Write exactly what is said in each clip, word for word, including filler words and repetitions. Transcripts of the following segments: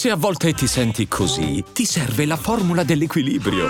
Se a volte ti senti così, ti serve la formula dell'equilibrio.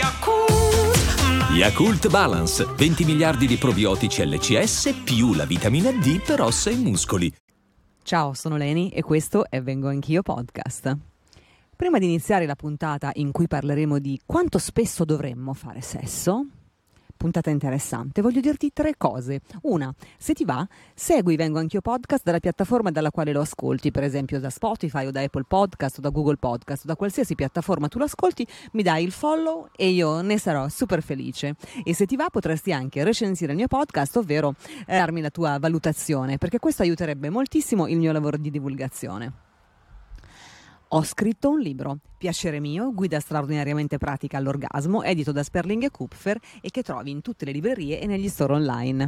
Yakult Balance, venti miliardi di probiotici L C S più la vitamina D per ossa e muscoli. Ciao, sono Leni e questo è Vengo Anch'io Podcast. Prima di iniziare la puntata in cui parleremo di quanto spesso dovremmo fare sesso, puntata interessante, voglio dirti tre cose. Una, se ti va, segui Vengo Anch'io Podcast dalla piattaforma dalla quale lo ascolti, per esempio da Spotify o da Apple Podcast o da Google Podcast, o da qualsiasi piattaforma tu lo ascolti, mi dai il follow e io ne sarò super felice. E se ti va potresti anche recensire il mio podcast, ovvero eh, darmi la tua valutazione, perché questo aiuterebbe moltissimo il mio lavoro di divulgazione. Ho scritto un libro, Piacere mio, guida straordinariamente pratica all'orgasmo, edito da Sperling e Kupfer e che trovi in tutte le librerie e negli store online.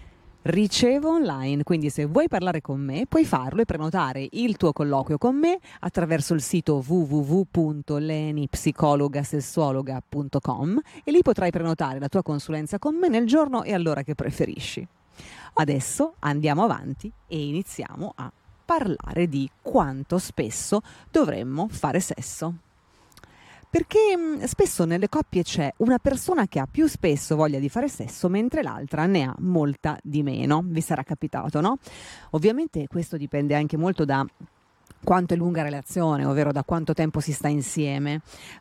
Ricevo online, quindi se vuoi parlare con me puoi farlo e prenotare il tuo colloquio con me attraverso il sito w w w punto lenipsicologasessuologa punto com e lì potrai prenotare la tua consulenza con me nel giorno e all'ora che preferisci. Adesso andiamo avanti e iniziamo a parlare di quanto spesso dovremmo fare sesso. Perché spesso nelle coppie c'è una persona che ha più spesso voglia di fare sesso mentre l'altra ne ha molta di meno. Vi sarà capitato, no? Ovviamente questo dipende anche molto da quanto è lunga la relazione, ovvero da quanto tempo si sta insieme,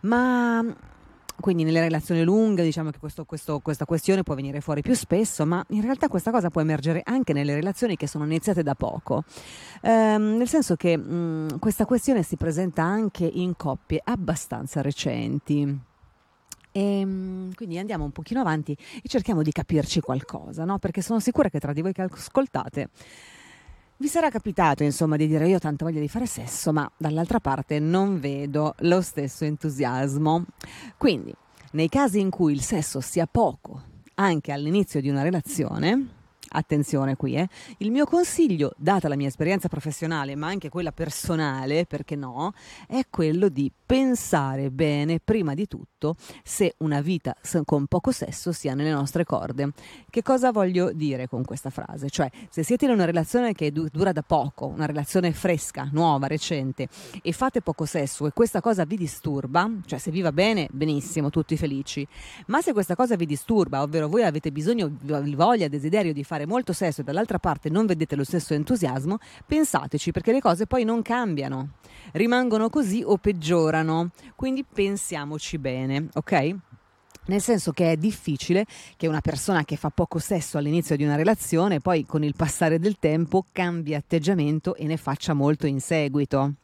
ma quindi nelle relazioni lunghe diciamo che questo, questo, questa questione può venire fuori più spesso, ma in realtà questa cosa può emergere anche nelle relazioni che sono iniziate da poco, ehm, nel senso che mh, questa questione si presenta anche in coppie abbastanza recenti. E quindi andiamo un pochino avanti e cerchiamo di capirci qualcosa, no? Perché sono sicura che tra di voi che ascoltate vi sarà capitato, insomma, di dire io ho tanta voglia di fare sesso, ma dall'altra parte non vedo lo stesso entusiasmo. Quindi, nei casi in cui il sesso sia poco, anche all'inizio di una relazione, attenzione qui, eh, il mio consiglio, data la mia esperienza professionale, ma anche quella personale, perché no, è quello di pensare bene, prima di tutto, se una vita con poco sesso sia nelle nostre corde. Che cosa voglio dire con questa frase? Cioè, se siete in una relazione che dura da poco, una relazione fresca, nuova, recente, e fate poco sesso e questa cosa vi disturba, cioè se vi va bene, benissimo, tutti felici, ma se questa cosa vi disturba, ovvero voi avete bisogno, voglia, desiderio di fare molto sesso e dall'altra parte non vedete lo stesso entusiasmo, pensateci, perché le cose poi non cambiano, rimangono così o peggiorano, quindi pensiamoci bene, ok? Nel senso che è difficile che una persona che fa poco sesso all'inizio di una relazione poi con il passare del tempo cambi atteggiamento e ne faccia molto in seguito.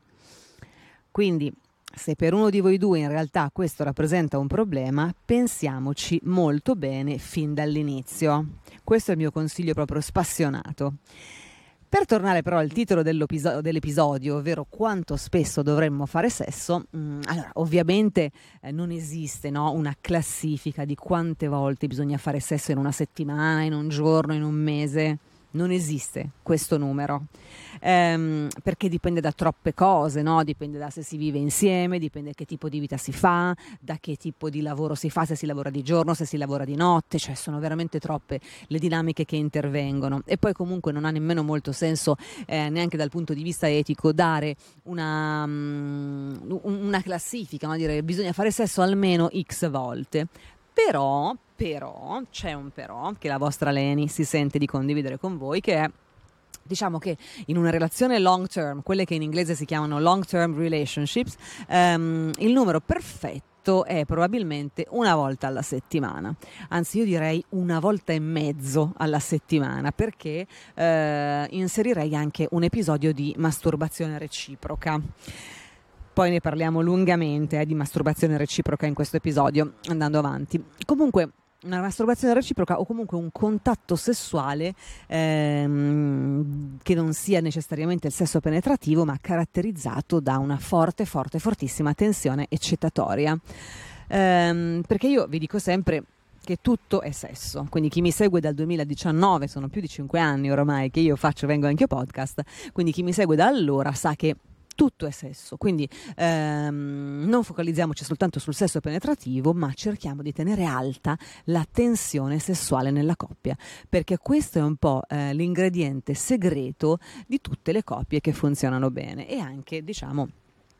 Quindi se per uno di voi due in realtà questo rappresenta un problema, pensiamoci molto bene fin dall'inizio. Questo è il mio consiglio proprio spassionato. Per tornare però al titolo dell'episodio, ovvero quanto spesso dovremmo fare sesso, mh, allora ovviamente eh, non esiste, no, una classifica di quante volte bisogna fare sesso in una settimana, in un giorno, in un mese. Non esiste questo numero, ehm, perché dipende da troppe cose, no? Dipende da se si vive insieme, dipende che tipo di vita si fa, da che tipo di lavoro si fa, se si lavora di giorno, se si lavora di notte, cioè sono veramente troppe le dinamiche che intervengono. E poi comunque non ha nemmeno molto senso, eh, neanche dal punto di vista etico, dare una, um, una classifica, no? Dire bisogna fare sesso almeno X volte. Però, però, c'è un però che la vostra Leni si sente di condividere con voi, che è, diciamo che in una relazione long term, quelle che in inglese si chiamano long term relationships, um, il numero perfetto è probabilmente una volta alla settimana, anzi io direi una volta e mezzo alla settimana, perché eh, inserirei anche un episodio di masturbazione reciproca. Poi ne parliamo lungamente eh, di masturbazione reciproca in questo episodio, andando avanti. Comunque, una masturbazione reciproca o comunque un contatto sessuale ehm, che non sia necessariamente il sesso penetrativo, ma caratterizzato da una forte, forte, fortissima tensione eccitatoria. Ehm, perché io vi dico sempre che tutto è sesso, quindi chi mi segue dal duemiladiciannove, sono più di cinque anni ormai che io faccio Vengo Anch'io Podcast, quindi chi mi segue da allora sa che tutto è sesso, quindi ehm, non focalizziamoci soltanto sul sesso penetrativo, ma cerchiamo di tenere alta la tensione sessuale nella coppia, perché questo è un po' eh, l'ingrediente segreto di tutte le coppie che funzionano bene e anche, diciamo,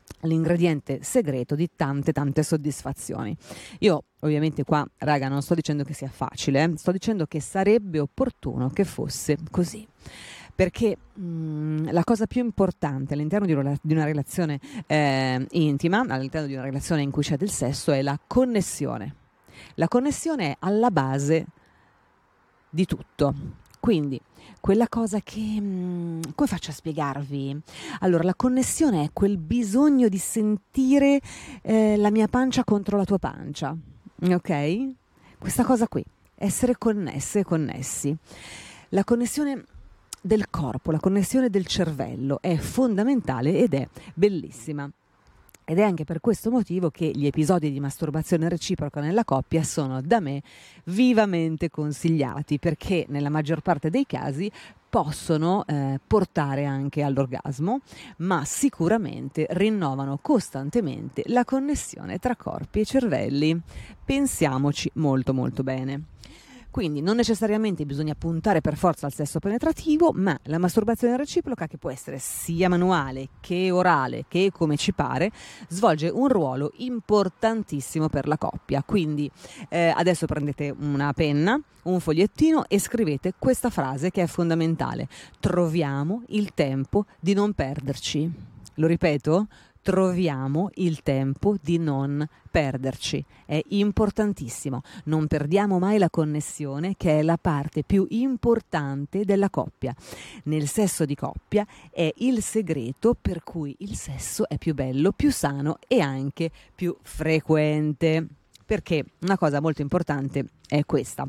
l'ingrediente segreto di tante tante soddisfazioni. Io ovviamente qua, raga, non sto dicendo che sia facile, eh? Sto dicendo che sarebbe opportuno che fosse così, perché mh, la cosa più importante all'interno di una, di una relazione eh, intima, all'interno di una relazione in cui c'è del sesso, è la connessione. La connessione è alla base di tutto. Quindi quella cosa che, mh, come faccio a spiegarvi? Allora, la connessione è quel bisogno di sentire eh, la mia pancia contro la tua pancia, ok? Questa cosa qui, essere connesse e connessi. La connessione del corpo, la connessione del cervello è fondamentale ed è bellissima. Ed è anche per questo motivo che gli episodi di masturbazione reciproca nella coppia sono da me vivamente consigliati, perché nella maggior parte dei casi possono eh, portare anche all'orgasmo, ma sicuramente rinnovano costantemente la connessione tra corpi e cervelli. Pensiamoci molto molto bene. Quindi non necessariamente bisogna puntare per forza al sesso penetrativo, ma la masturbazione reciproca, che può essere sia manuale che orale che come ci pare, svolge un ruolo importantissimo per la coppia. Quindi eh, adesso prendete una penna, un fogliettino e scrivete questa frase che è fondamentale: troviamo il tempo di non perderci. Lo ripeto? Troviamo il tempo di non perderci. È importantissimo. Non perdiamo mai la connessione, che è la parte più importante della coppia. Nel sesso di coppia è il segreto per cui il sesso è più bello, più sano e anche più frequente. Perché una cosa molto importante è questa.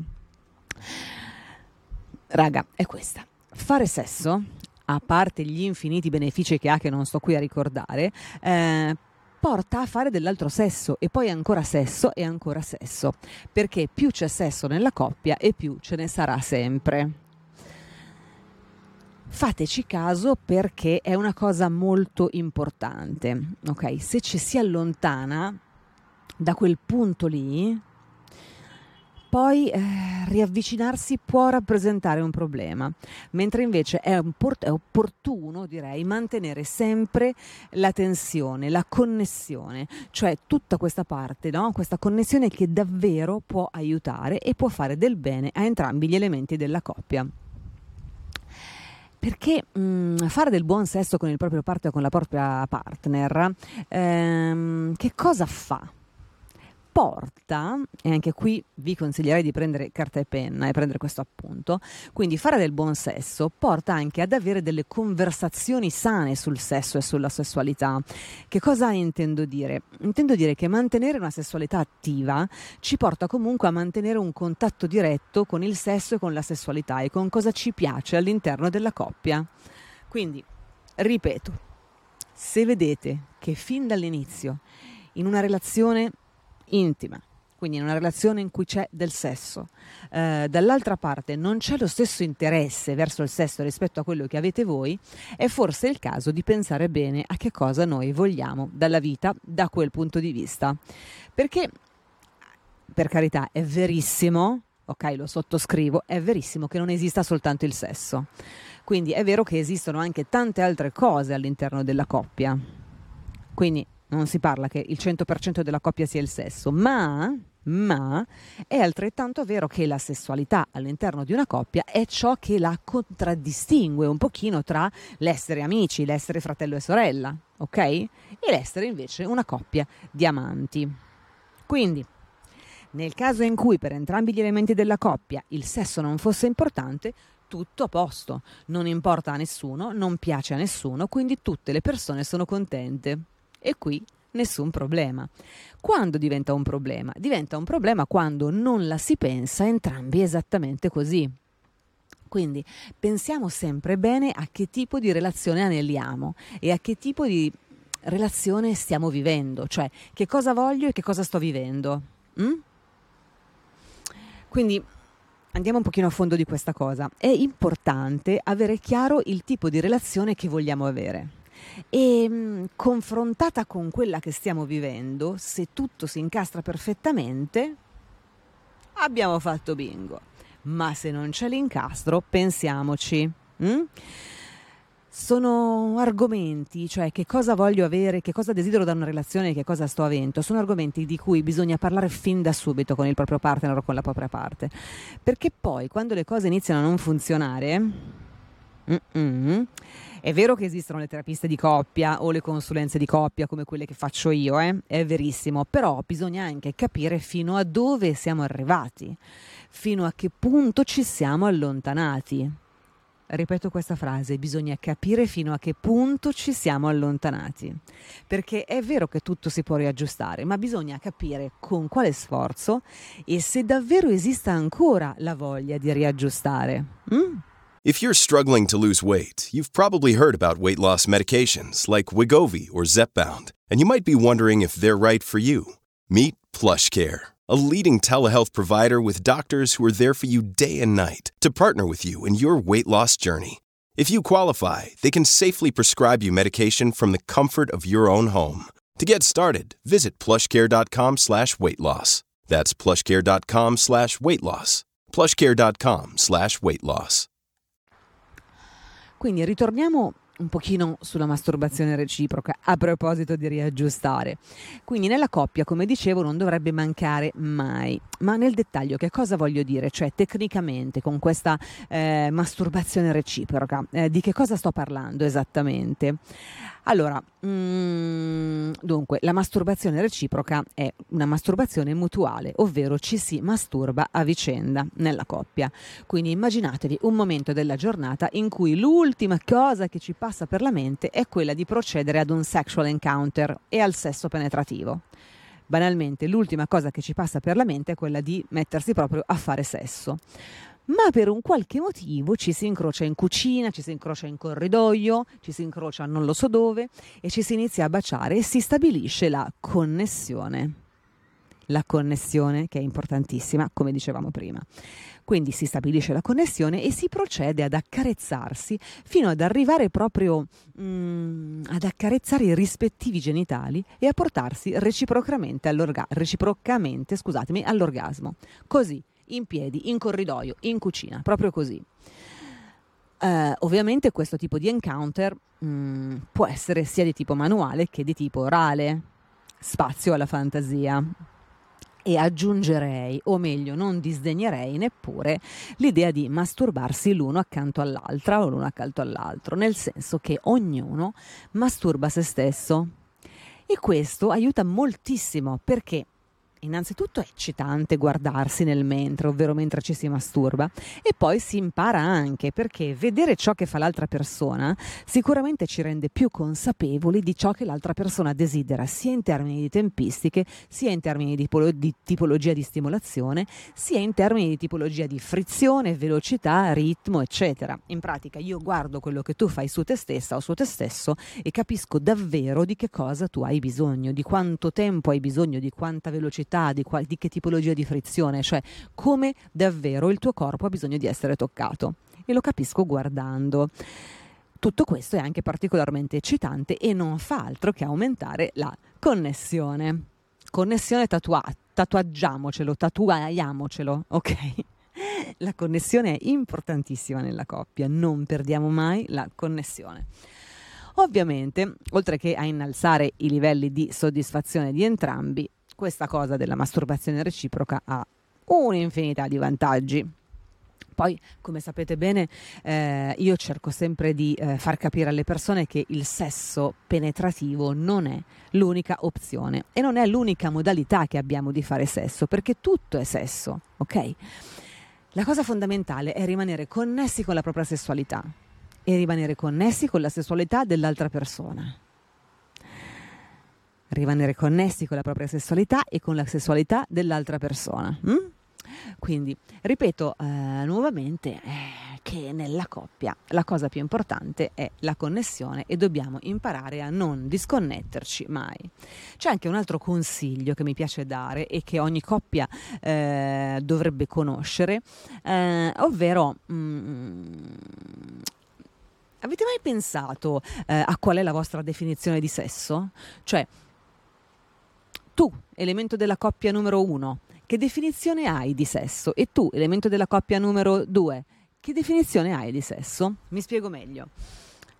Raga, è questa. Fare sesso, a parte gli infiniti benefici che ha, che non sto qui a ricordare, eh, porta a fare dell'altro sesso e poi ancora sesso e ancora sesso, perché più c'è sesso nella coppia e più ce ne sarà sempre. Fateci caso, perché è una cosa molto importante, ok? Se ci si allontana da quel punto lì, poi eh, riavvicinarsi può rappresentare un problema, mentre invece è, un por- è opportuno, direi, mantenere sempre la tensione, la connessione, cioè tutta questa parte, no? Questa connessione che davvero può aiutare e può fare del bene a entrambi gli elementi della coppia. Perché mh, fare del buon sesso con il proprio partner o con la propria partner, ehm, che cosa fa? Porta, e anche qui vi consiglierei di prendere carta e penna e prendere questo appunto, quindi fare del buon sesso porta anche ad avere delle conversazioni sane sul sesso e sulla sessualità. Che cosa intendo dire? Intendo dire che mantenere una sessualità attiva ci porta comunque a mantenere un contatto diretto con il sesso e con la sessualità e con cosa ci piace all'interno della coppia. Quindi, ripeto, se vedete che fin dall'inizio in una relazione intima, quindi in una relazione in cui c'è del sesso, eh, dall'altra parte non c'è lo stesso interesse verso il sesso rispetto a quello che avete voi, è forse il caso di pensare bene a che cosa noi vogliamo dalla vita da quel punto di vista. Perché, per carità, è verissimo, ok, lo sottoscrivo, è verissimo che non esista soltanto il sesso. Quindi è vero che esistono anche tante altre cose all'interno della coppia. Quindi non si parla che il cento per cento della coppia sia il sesso, ma, ma è altrettanto vero che la sessualità all'interno di una coppia è ciò che la contraddistingue un pochino tra l'essere amici, l'essere fratello e sorella, ok? E l'essere invece una coppia di amanti. Quindi, nel caso in cui per entrambi gli elementi della coppia il sesso non fosse importante, tutto a posto, non importa a nessuno, non piace a nessuno, quindi tutte le persone sono contente. E qui nessun problema. Quando diventa un problema? Diventa un problema quando non la si pensa entrambi esattamente così. Quindi pensiamo sempre bene a che tipo di relazione aneliamo e a che tipo di relazione stiamo vivendo, cioè che cosa voglio e che cosa sto vivendo. Mm? Quindi andiamo un pochino a fondo di questa cosa. È importante avere chiaro il tipo di relazione che vogliamo avere. E mh, confrontata con quella che stiamo vivendo, se tutto si incastra perfettamente, abbiamo fatto bingo. Ma se non c'è l'incastro, pensiamoci. Mm? sono argomenti, cioè che cosa voglio avere, che cosa desidero da una relazione, che cosa sto avendo, sono argomenti di cui bisogna parlare fin da subito con il proprio partner o con la propria parte, perché poi quando le cose iniziano a non funzionare, mm-mm, è vero che esistono le terapiste di coppia o le consulenze di coppia come quelle che faccio io, eh? È verissimo, però bisogna anche capire fino a dove siamo arrivati, fino a che punto ci siamo allontanati. Ripeto questa frase, bisogna capire fino a che punto ci siamo allontanati, perché è vero che tutto si può riaggiustare, ma bisogna capire con quale sforzo e se davvero esista ancora la voglia di riaggiustare. Mm? If you're struggling to lose weight, you've probably heard about weight loss medications like Wegovy or Zepbound, and you might be wondering if they're right for you. Meet PlushCare, a leading telehealth provider with doctors who are there for you day and night to partner with you in your weight loss journey. If you qualify, they can safely prescribe you medication from the comfort of your own home. To get started, visit plushcare.com slash weight loss. That's plushcare.com slash weight loss. plushcare.com slash weight loss. Quindi ritorniamo un pochino sulla masturbazione reciproca a proposito di riaggiustare. Quindi nella coppia, come dicevo, non dovrebbe mancare mai. Ma nel dettaglio che cosa voglio dire? Cioè tecnicamente con questa eh, masturbazione reciproca, eh, di che cosa sto parlando esattamente? Allora, mm, dunque, la masturbazione reciproca è una masturbazione mutuale, ovvero ci si masturba a vicenda nella coppia. Quindi immaginatevi un momento della giornata in cui l'ultima cosa che ci passa per la mente è quella di procedere ad un sexual encounter e al sesso penetrativo. Banalmente, l'ultima cosa che ci passa per la mente è quella di mettersi proprio a fare sesso. Ma per un qualche motivo ci si incrocia in cucina, ci si incrocia in corridoio, ci si incrocia non lo so dove e ci si inizia a baciare e si stabilisce la connessione. La connessione che è importantissima, come dicevamo prima. Quindi si stabilisce la connessione e si procede ad accarezzarsi fino ad arrivare proprio mm, ad accarezzare i rispettivi genitali e a portarsi reciprocamente, all'orga- reciprocamente scusatemi, all'orgasmo. Così. In piedi, in corridoio, in cucina, proprio così. Uh, ovviamente questo tipo di encounter mh, può essere sia di tipo manuale che di tipo orale, spazio alla fantasia. E aggiungerei, o meglio non disdegnerei neppure, l'idea di masturbarsi l'uno accanto all'altra o l'uno accanto all'altro, nel senso che ognuno masturba se stesso. E questo aiuta moltissimo perché innanzitutto è eccitante guardarsi nel mentre, ovvero mentre ci si masturba, e poi si impara anche perché vedere ciò che fa l'altra persona sicuramente ci rende più consapevoli di ciò che l'altra persona desidera, sia in termini di tempistiche, sia in termini di, tipolo- di tipologia di stimolazione, sia in termini di tipologia di frizione, velocità, ritmo, eccetera. In pratica io guardo quello che tu fai su te stessa o su te stesso e capisco davvero di che cosa tu hai bisogno, di quanto tempo hai bisogno, di quanta velocità, Di, qual- di che tipologia di frizione, cioè come davvero il tuo corpo ha bisogno di essere toccato, e lo capisco guardando. Tutto questo è anche particolarmente eccitante e non fa altro che aumentare la connessione. Connessione tatuata, tatuaggiamocelo, tatuiamocelo, ok? La connessione è importantissima nella coppia, non perdiamo mai la connessione. Ovviamente, oltre che a innalzare i livelli di soddisfazione di entrambi, questa cosa della masturbazione reciproca ha un'infinità di vantaggi. Poi, come sapete bene, eh, io cerco sempre di eh, far capire alle persone che il sesso penetrativo non è l'unica opzione e non è l'unica modalità che abbiamo di fare sesso, perché tutto è sesso, ok? La cosa fondamentale è rimanere connessi con la propria sessualità e rimanere connessi con la sessualità dell'altra persona. Rimanere connessi con la propria sessualità e con la sessualità dell'altra persona. Mm? Quindi, ripeto eh, nuovamente eh, che nella coppia la cosa più importante è la connessione e dobbiamo imparare a non disconnetterci mai. C'è anche un altro consiglio che mi piace dare e che ogni coppia eh, dovrebbe conoscere, eh, ovvero... Mm, avete mai pensato eh, a qual è la vostra definizione di sesso? Cioè, tu, elemento della coppia numero uno, che definizione hai di sesso? E tu, elemento della coppia numero due, che definizione hai di sesso? Mi spiego meglio.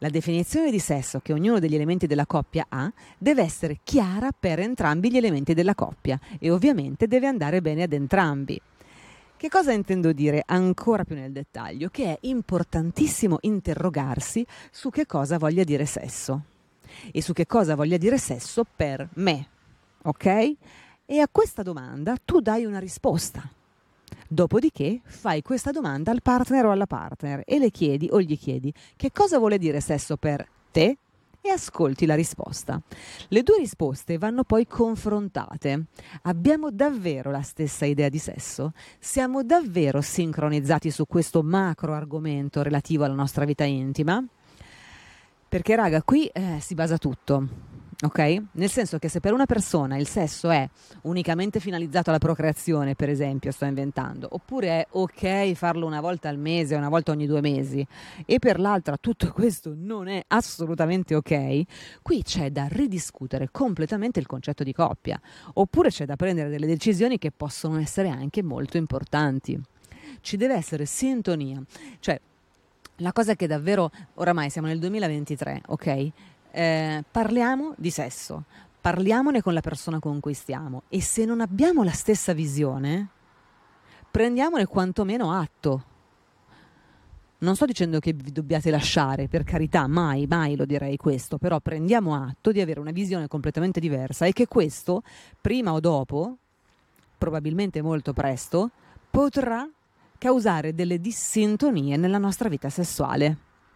La definizione di sesso che ognuno degli elementi della coppia ha deve essere chiara per entrambi gli elementi della coppia e ovviamente deve andare bene ad entrambi. Che cosa intendo dire ancora più nel dettaglio? Che è importantissimo interrogarsi su che cosa voglia dire sesso e su che cosa voglia dire sesso per me, ok? E a questa domanda tu dai una risposta. Dopodiché fai questa domanda al partner o alla partner e le chiedi o gli chiedi che cosa vuole dire sesso per te e ascolti la risposta. Le due risposte vanno poi confrontate. Abbiamo davvero la stessa idea di sesso? Siamo davvero sincronizzati su questo macro argomento relativo alla nostra vita intima? Perché raga, qui eh, si basa tutto. Ok? Nel senso che se per una persona il sesso è unicamente finalizzato alla procreazione, per esempio, sto inventando, oppure è ok farlo una volta al mese o una volta ogni due mesi, e per l'altra tutto questo non è assolutamente ok, qui c'è da ridiscutere completamente il concetto di coppia, oppure c'è da prendere delle decisioni che possono essere anche molto importanti. Ci deve essere sintonia, cioè la cosa che davvero, oramai siamo nel duemilaventitré, ok? Eh, parliamo di sesso, parliamone con la persona con cui stiamo e se non abbiamo la stessa visione, prendiamone quantomeno atto. Non sto dicendo che vi dobbiate lasciare, per carità, mai, mai lo direi questo, però prendiamo atto di avere una visione completamente diversa e che questo, prima o dopo, probabilmente molto presto, potrà causare delle dissintonie nella nostra vita sessuale.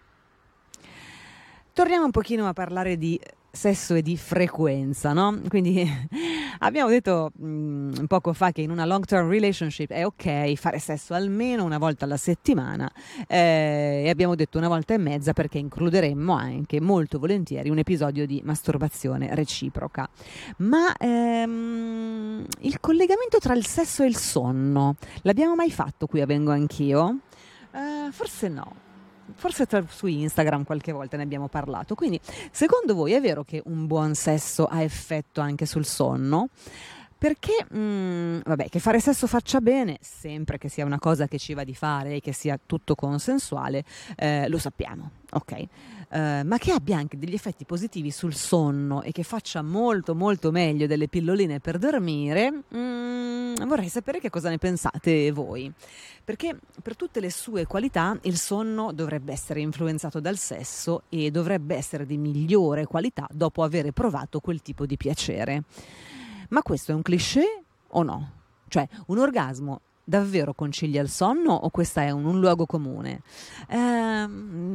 Torniamo un pochino a parlare di sesso e di frequenza, no? Quindi abbiamo detto mh, poco fa che in una long term relationship è ok fare sesso almeno una volta alla settimana eh, e abbiamo detto una volta e mezza perché includeremmo anche molto volentieri un episodio di masturbazione reciproca. Ma ehm, il collegamento tra il sesso e il sonno l'abbiamo mai fatto qui a Vengo Anch'io? Eh, forse no. Forse tra, su Instagram qualche volta ne abbiamo parlato. Quindi, secondo voi è vero che un buon sesso ha effetto anche sul sonno? Perché, mh, vabbè, che fare sesso faccia bene, sempre che sia una cosa che ci va di fare e che sia tutto consensuale, eh, lo sappiamo, ok? Uh, ma che abbia anche degli effetti positivi sul sonno e che faccia molto molto meglio delle pilloline per dormire, mm, vorrei sapere che cosa ne pensate voi, perché per tutte le sue qualità il sonno dovrebbe essere influenzato dal sesso e dovrebbe essere di migliore qualità dopo aver provato quel tipo di piacere. Ma questo è un cliché o no? Cioè, un orgasmo davvero concilia il sonno o questo è un, un luogo comune? Eh,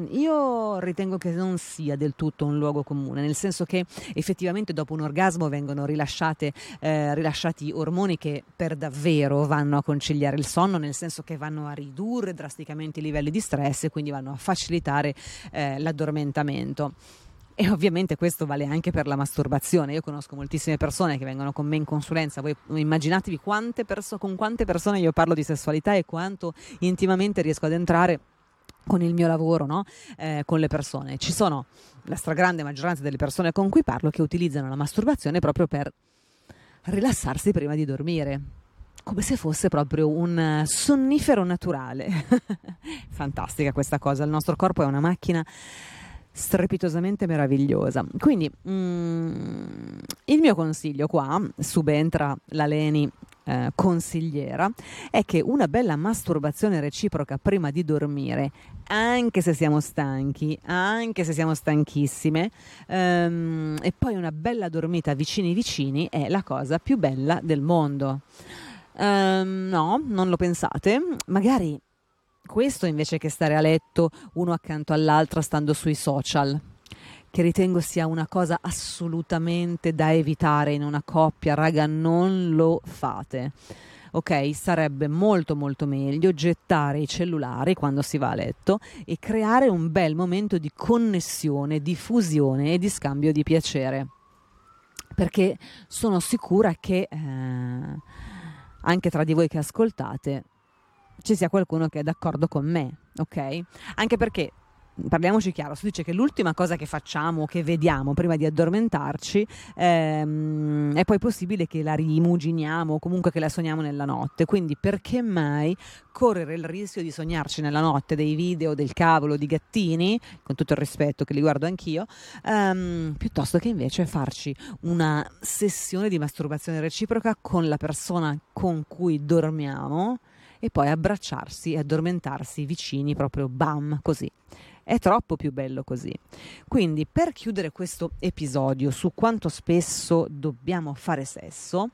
io ritengo che non sia del tutto un luogo comune, nel senso che effettivamente dopo un orgasmo vengono rilasciate, eh, rilasciati ormoni che per davvero vanno a conciliare il sonno, nel senso che vanno a ridurre drasticamente i livelli di stress e quindi vanno a facilitare eh, l'addormentamento. E ovviamente questo vale anche per la masturbazione. Io conosco moltissime persone che vengono con me in consulenza. Voi immaginatevi quante perso- con quante persone io parlo di sessualità e quanto intimamente riesco ad entrare con il mio lavoro, no? eh, con le persone. Ci sono la stragrande maggioranza delle persone con cui parlo che utilizzano la masturbazione proprio per rilassarsi prima di dormire, come se fosse proprio un sonnifero naturale. Fantastica questa cosa. Il nostro corpo è una macchina strepitosamente meravigliosa. Quindi mm, il mio consiglio qua, subentra la Leni eh, consigliera, è che una bella masturbazione reciproca prima di dormire, anche se siamo stanchi, anche se siamo stanchissime, ehm, e poi una bella dormita vicini vicini è la cosa più bella del mondo. Um, no, non lo pensate? Magari questo invece che stare a letto uno accanto all'altra stando sui social, che ritengo sia una cosa assolutamente da evitare in una coppia. Raga, non lo fate, ok? Sarebbe molto molto meglio gettare i cellulari quando si va a letto e creare un bel momento di connessione, di fusione e di scambio di piacere, perché sono sicura che eh, anche tra di voi che ascoltate ci sia qualcuno che è d'accordo con me, ok? Anche perché parliamoci chiaro, si dice che l'ultima cosa che facciamo, che vediamo prima di addormentarci, ehm, è poi possibile che la rimuginiamo o comunque che la sogniamo nella notte. Quindi perché mai correre il rischio di sognarci nella notte dei video del cavolo di gattini, con tutto il rispetto che li guardo anch'io, ehm, piuttosto che invece farci una sessione di masturbazione reciproca con la persona con cui dormiamo e poi abbracciarsi e addormentarsi vicini, proprio bam, così. È troppo più bello così. Quindi, per chiudere questo episodio su quanto spesso dobbiamo fare sesso,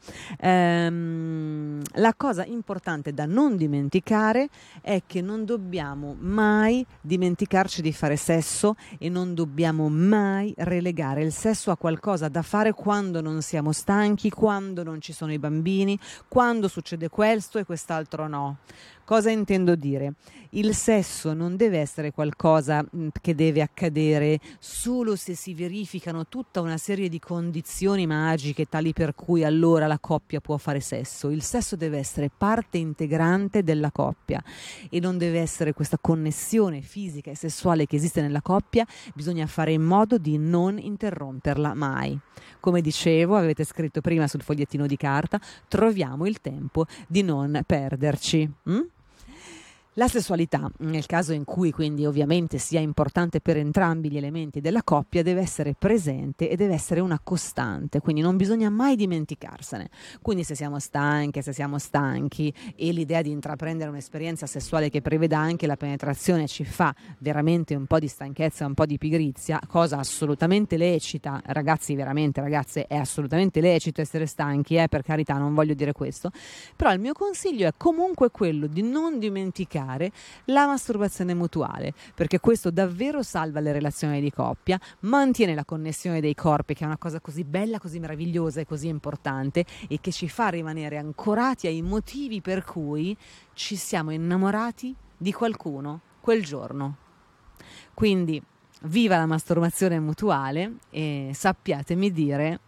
ehm, la cosa importante da non dimenticare è che non dobbiamo mai dimenticarci di fare sesso e non dobbiamo mai relegare il sesso a qualcosa da fare quando non siamo stanchi, quando non ci sono i bambini, quando succede questo e quest'altro no. Cosa intendo dire? Il sesso non deve essere qualcosa che deve accadere solo se si verificano tutta una serie di condizioni magiche tali per cui allora la coppia può fare sesso. Il sesso deve essere parte integrante della coppia e non deve essere questa connessione fisica e sessuale che esiste nella coppia, bisogna fare in modo di non interromperla mai. Come dicevo, avete scritto prima sul fogliettino di carta, troviamo il tempo di non perderci. Mm? La sessualità, nel caso in cui quindi ovviamente sia importante per entrambi gli elementi della coppia, deve essere presente e deve essere una costante, quindi non bisogna mai dimenticarsene. Quindi se siamo stanche, se siamo stanchi e l'idea di intraprendere un'esperienza sessuale che preveda anche la penetrazione ci fa veramente un po' di stanchezza, un po' di pigrizia, cosa assolutamente lecita, ragazzi, veramente ragazze, è assolutamente lecito essere stanchi, eh, per carità, non voglio dire questo, però il mio consiglio è comunque quello di non dimenticare la masturbazione mutuale, perché questo davvero salva le relazioni di coppia, mantiene la connessione dei corpi, che è una cosa così bella, così meravigliosa e così importante, e che ci fa rimanere ancorati ai motivi per cui ci siamo innamorati di qualcuno quel giorno. Quindi viva la masturbazione mutuale e sappiatemi dire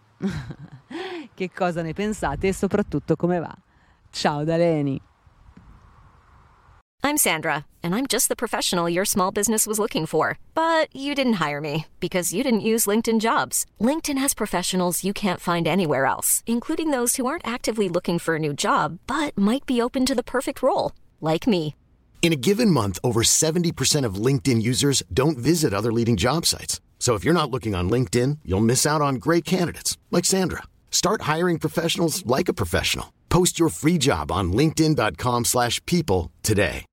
che cosa ne pensate e soprattutto come va. Ciao da Leni. I'm Sandra, and I'm just the professional your small business was looking for. But you didn't hire me because you didn't use LinkedIn Jobs. LinkedIn has professionals you can't find anywhere else, including those who aren't actively looking for a new job, but might be open to the perfect role, like me. In a given month, over seventy percent of LinkedIn users don't visit other leading job sites. So if you're not looking on LinkedIn, you'll miss out on great candidates, like Sandra. Start hiring professionals like a professional. Post your free job on linkedin dot com slash people today.